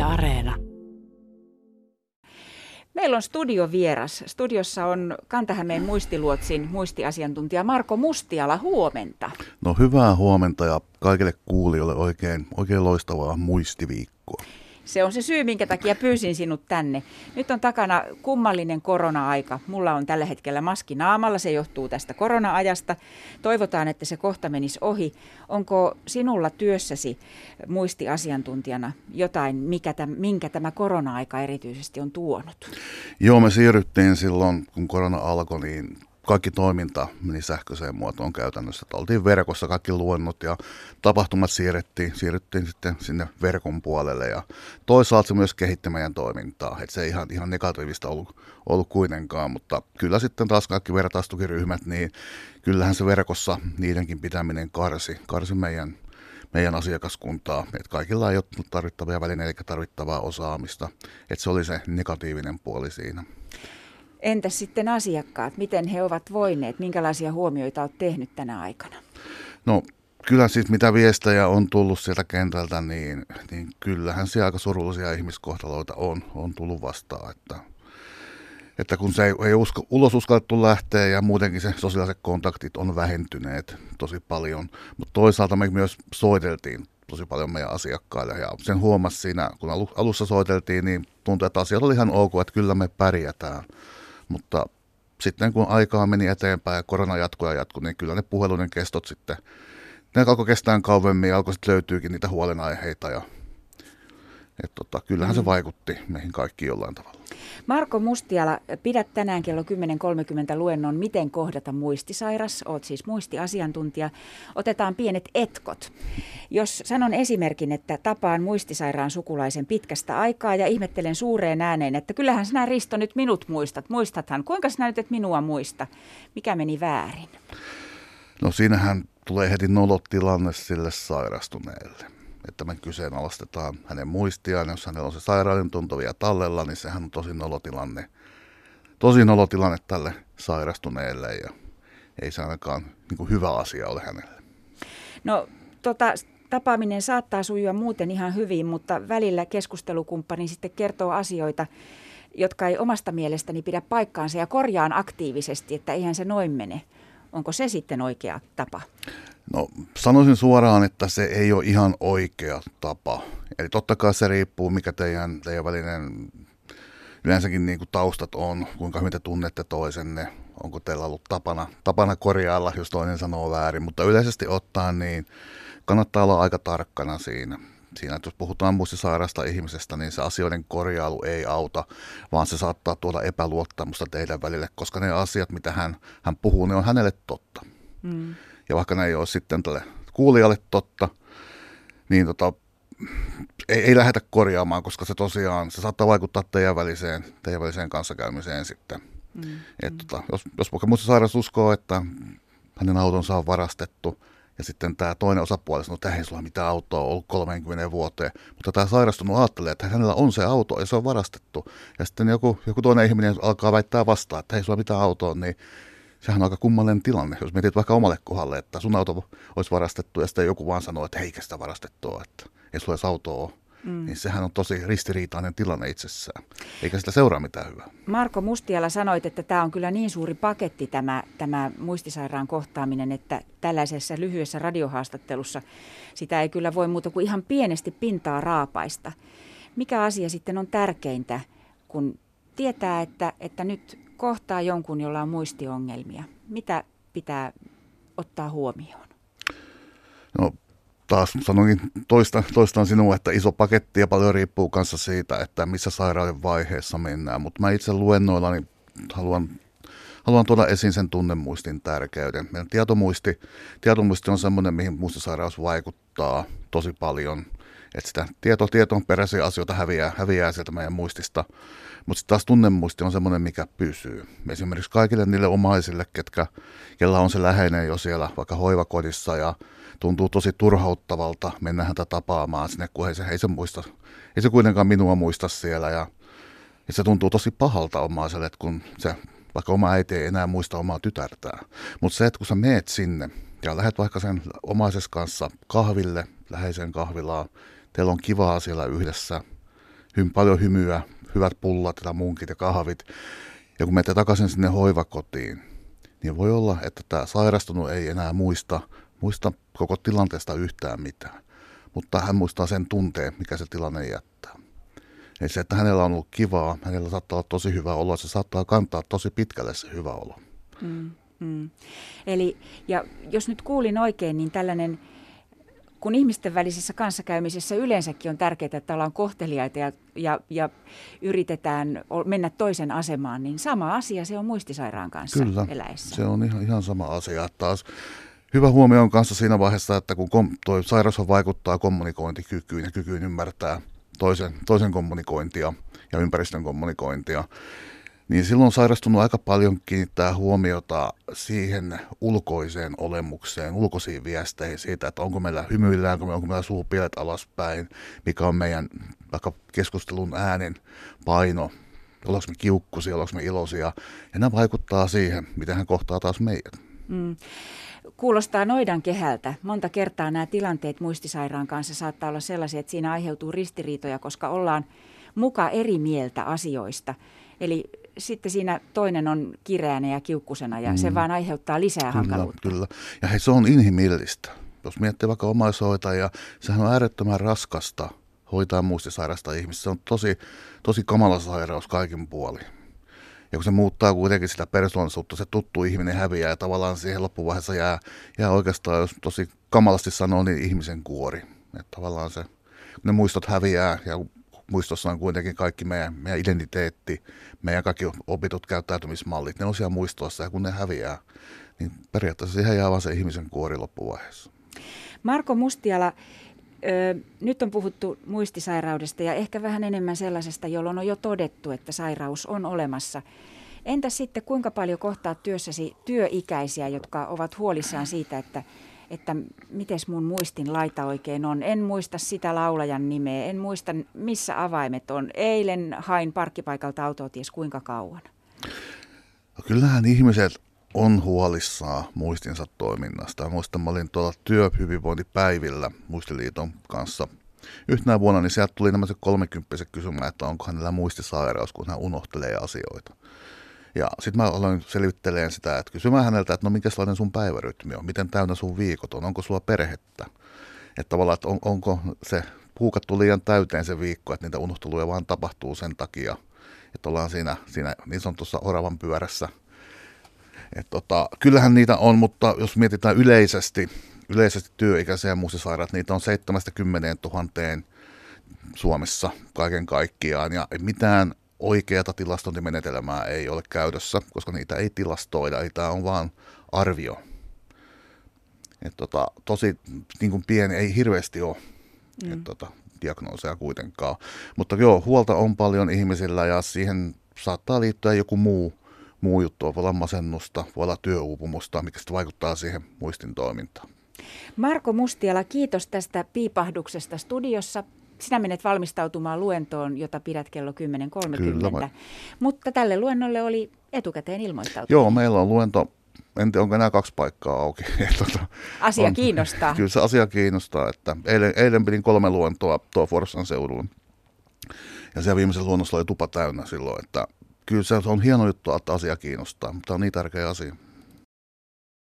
Areena. Meillä on studiovieras. Studiossa on Kanta-Hämeen muistiluotsin muistiasiantuntija Marko Mustiala. Huomenta. No hyvää huomenta ja kaikille kuulijoille oikein loistavaa muistiviikkoa. Se on se syy, minkä takia pyysin sinut tänne. Nyt on takana kummallinen korona-aika. Mulla on tällä hetkellä maski naamalla, se johtuu tästä korona-ajasta. Toivotaan, että se kohta menisi ohi. Onko sinulla työssäsi muistiasiantuntijana jotain, minkä tämä korona-aika erityisesti on tuonut? Joo, me siirryttiin silloin, kun korona alkoi, niin kaikki toiminta meni sähköiseen muotoon käytännössä. Oltiin verkossa, kaikki luennot ja tapahtumat siirryttiin sitten sinne verkon puolelle. Ja toisaalta se myös kehitti meidän toimintaa. Et se ei ihan negatiivista ollut kuitenkaan, mutta kyllä sitten taas kaikki vertaistukiryhmät, niin kyllähän se verkossa niidenkin pitäminen karsi meidän asiakaskuntaa. Et kaikilla ei ole tarvittavia välineitä eikä tarvittavaa osaamista. Et se oli se negatiivinen puoli siinä. Entäs sitten asiakkaat? Miten he ovat voineet? Minkälaisia huomioita olet tehnyt tänä aikana? No kyllä siis mitä viestejä on tullut sieltä kentältä, niin kyllähän siellä aika surullisia ihmiskohtaloita on tullut vastaan. Että kun se ei ulos uskallettu lähteä ja muutenkin se sosiaaliset kontaktit on vähentyneet tosi paljon. Mutta toisaalta me myös soiteltiin tosi paljon meidän asiakkaille ja sen huomasi siinä, kun alussa soiteltiin, niin tuntui, että asiat oli ihan ok, että kyllä me pärjätään. Mutta sitten kun aikaa meni eteenpäin ja korona jatkui, niin kyllä ne puheluiden kestot sitten, ne alkoi kestää kauemmin ja alkoi sitten löytyykin niitä huolenaiheita. Kyllähän se vaikutti meihin kaikkiin jollain tavalla. Marko Mustiala, pidät tänään kello 10.30 luennon Miten kohdata muistisairas. Olet siis muistiasiantuntija. Otetaan pienet etkot. Jos sanon esimerkin, että tapaan muistisairaan sukulaisen pitkästä aikaa ja ihmettelen suureen ääneen, että kyllähän sinä Risto nyt minut muistat. Muistathan, kuinka sinä nyt et minua muista? Mikä meni väärin? No siinähän tulee heti nolotilanne sille sairastuneelle. Että me kyseenalaistetaan hänen muistiaan, jos hänellä on se sairauden tunto vielä tallella, niin sehän on tosi nolotilanne tälle sairastuneelle ja ei se ainakaan niin kuin hyvä asia ole hänelle. No tapaaminen saattaa sujua muuten ihan hyvin, mutta välillä keskustelukumppani sitten kertoo asioita, jotka ei omasta mielestäni pidä paikkaansa ja korjaan aktiivisesti, että eihän se noin mene. Onko se sitten oikea tapa? No sanoisin suoraan, että se ei ole ihan oikea tapa. Eli totta kai se riippuu, mikä teidän välinen yleensäkin niin kuin taustat on, kuinka hyvin te tunnette toisenne, onko teillä ollut tapana korjailla, jos toinen sanoo väärin. Mutta yleisesti ottaen niin kannattaa olla aika tarkkana siinä, että jos puhutaan muistisairaasta ihmisestä, niin se asioiden korjailu ei auta, vaan se saattaa tuoda epäluottamusta teidän välille, koska ne asiat, mitä hän puhuu, ne on hänelle totta. Ja vaikka ne ei ole sitten tälle kuulijalle totta, niin ei lähdetä korjaamaan, koska se tosiaan se saattaa vaikuttaa teidän väliseen kanssakäymiseen sitten. Jos vaikka muistisairas uskoo, että hänen autonsa on varastettu, ja sitten tämä toinen osapuoli sanoo, että ei sulla mitään autoa ollut 30 vuoteen, mutta tämä sairastunut ajattelee, että hänellä on se auto ja se on varastettu. Ja sitten joku toinen ihminen alkaa väittää vastaan, että ei sulla mitään autoa, niin sehän on aika kummallinen tilanne, jos mietit vaikka omalle kohdalle, että sun auto olisi varastettu ja sitten joku vaan sanoo, että eikä sitä varastettua, että ei sulla edes autoa ole. Niin sehän on tosi ristiriitainen tilanne itsessään, eikä sitä seuraa mitään hyvää. Marko Mustiala, sanoit, että tämä on kyllä niin suuri paketti tämä muistisairaan kohtaaminen, että tällaisessa lyhyessä radiohaastattelussa sitä ei kyllä voi muuta kuin ihan pienesti pintaa raapaista. Mikä asia sitten on tärkeintä, kun tietää, että nyt kohtaa jonkun, jolla on muistiongelmia? Mitä pitää ottaa huomioon? No taas sanoinkin toistan sinua, että iso paketti ja paljon riippuu kanssa siitä, että missä sairauden vaiheessa mennään. Mutta mä itse luennoillani haluan tuoda esiin sen tunnemuistin tärkeyden. Meidän tietomuisti on semmoinen, mihin muistisairaus vaikuttaa tosi paljon. Että sitä tietoon peräisiä asioita häviää sieltä meidän muistista. Mutta sitten taas tunnemuisti on semmoinen, mikä pysyy. Esimerkiksi kaikille niille omaisille, kellä on se läheinen jo siellä vaikka hoivakodissa ja tuntuu tosi turhauttavalta mennä häntä tapaamaan sinne, kun ei se kuitenkaan minua muista siellä. Ja se tuntuu tosi pahalta omaiselle, että kun se vaikka oma äiti ei enää muista omaa tytärtään. Mutta se, että kun sä meet sinne ja lähdet vaikka sen omaisessa kanssa kahville, läheiseen kahvilaan, teillä on kivaa siellä yhdessä, paljon hymyä, hyvät pullat ja munkit ja kahvit. Ja kun menette takaisin sinne hoivakotiin, niin voi olla, että tämä sairastunut ei enää muista koko tilanteesta yhtään mitään. Mutta hän muistaa sen tunteen, mikä se tilanne jättää. Eli se, että hänellä on ollut kivaa, hänellä saattaa olla tosi hyvä olo, se saattaa kantaa tosi pitkälle se hyvä olo. Eli, ja jos nyt kuulin oikein, niin tällainen, kun ihmisten välisessä kanssakäymisessä yleensäkin on tärkeää, että ollaan kohteliaita ja yritetään mennä toisen asemaan, niin sama asia se on muistisairaan kanssa eläessä. Se on ihan sama asia. Taas hyvä huomio on kanssa siinä vaiheessa, että kun tuo sairaus vaikuttaa kommunikointikykyyn ja kykyyn ymmärtää toisen kommunikointia ja ympäristön kommunikointia, niin silloin sairastunut aika paljon kiinnittää huomiota siihen ulkoiseen olemukseen, ulkoisiin viesteihin siitä, että onko meillä hymyilläänkö, onko meillä suupielet alaspäin, mikä on meidän vaikka keskustelun äänen paino, ollaanko me kiukkuisia, ollaanko me iloisia, ja nämä vaikuttaa siihen, miten hän kohtaa taas meidät. Kuulostaa noidan kehältä. Monta kertaa nämä tilanteet muistisairaan kanssa saattaa olla sellaisia, että siinä aiheutuu ristiriitoja, koska ollaan muka eri mieltä asioista. Eli sitten siinä toinen on kireänä ja kiukkusena ja se vaan aiheuttaa lisää hankaluutta. Kyllä. Ja hei, se on inhimillistä. Jos miettii vaikka omaishoitajaa, sehän on äärettömän raskasta hoitaa muistisairasta ihmistä. Se on tosi kamala sairaus kaikin puolin. Ja kun se muuttaa kuitenkin sitä persoonallisuutta, se tuttu ihminen häviää ja tavallaan siihen loppuvaiheessa jää oikeastaan, jos tosi kamalasti sanoo, niin ihmisen kuori. Että tavallaan se, kun ne muistot häviää ja muistossa on kuitenkin kaikki meidän identiteetti, meidän kaikki opitut käyttäytymismallit, ne on siellä muistossa ja kun ne häviää, niin periaatteessa siihen jää vaan se ihmisen kuori loppuvaiheessa. Marko Mustiala, nyt on puhuttu muistisairaudesta ja ehkä vähän enemmän sellaisesta, jolloin on jo todettu, että sairaus on olemassa. Entä sitten kuinka paljon kohtaat työssäsi työikäisiä, jotka ovat huolissaan siitä, että mites mun muistin laita oikein on. En muista sitä laulajan nimeä, en muista missä avaimet on. Eilen hain parkkipaikalta autoa ties kuinka kauan. No, kyllähän ihmiset on huolissaan muistinsa toiminnasta. Muistan, mä olin tuolla työhyvinvointipäivillä Muistiliiton kanssa yhtenä vuonna, niin sieltä tuli tämmöiset 30 kysymään, että onko hänellä muistisairaus, kun hän unohtelee asioita. Ja sitten mä aloin selvittelemään sitä, että kysymään häneltä, että no minkälainen sun päivärytmi on, miten täynnä sun viikot on, onko sulla perhettä. Että tavallaan, että onko se puukattu liian täyteen se viikko, että niitä unohteluja vaan tapahtuu sen takia, että ollaan siinä niin sanotussa oravan pyörässä. Kyllähän niitä on, mutta jos mietitään yleisesti työikäisiä muistisairaat, niitä on 70 000 Suomessa kaiken kaikkiaan ja mitään oikeata tilastointimenetelmää ei ole käytössä, koska niitä ei tilastoida, eli tämä on vaan arvio. Tosi niin kuin pieni, ei hirveästi ole diagnooseja kuitenkaan. Mutta joo, huolta on paljon ihmisillä ja siihen saattaa liittyä joku muu juttu. Voi olla masennusta, voi olla työuupumusta, mikä sitten vaikuttaa siihen muistin toimintaan. Marko Mustiala, kiitos tästä piipahduksesta studiossa. Sinä menet valmistautumaan luentoon, jota pidät kello 10.30. Mutta tälle luennolle oli etukäteen ilmoittautunut. Joo, meillä on luento. En tiedä, onko enää 2 paikkaa auki. Asia kiinnostaa. Kyllä se asia kiinnostaa. Että eilen pidin 3 luentoa tuo Forssan seudulla. Ja siellä viimeisessä luonnossa oli tupa täynnä silloin. Että kyllä se on hieno juttu, että asia kiinnostaa, mutta on niin tärkeä asia.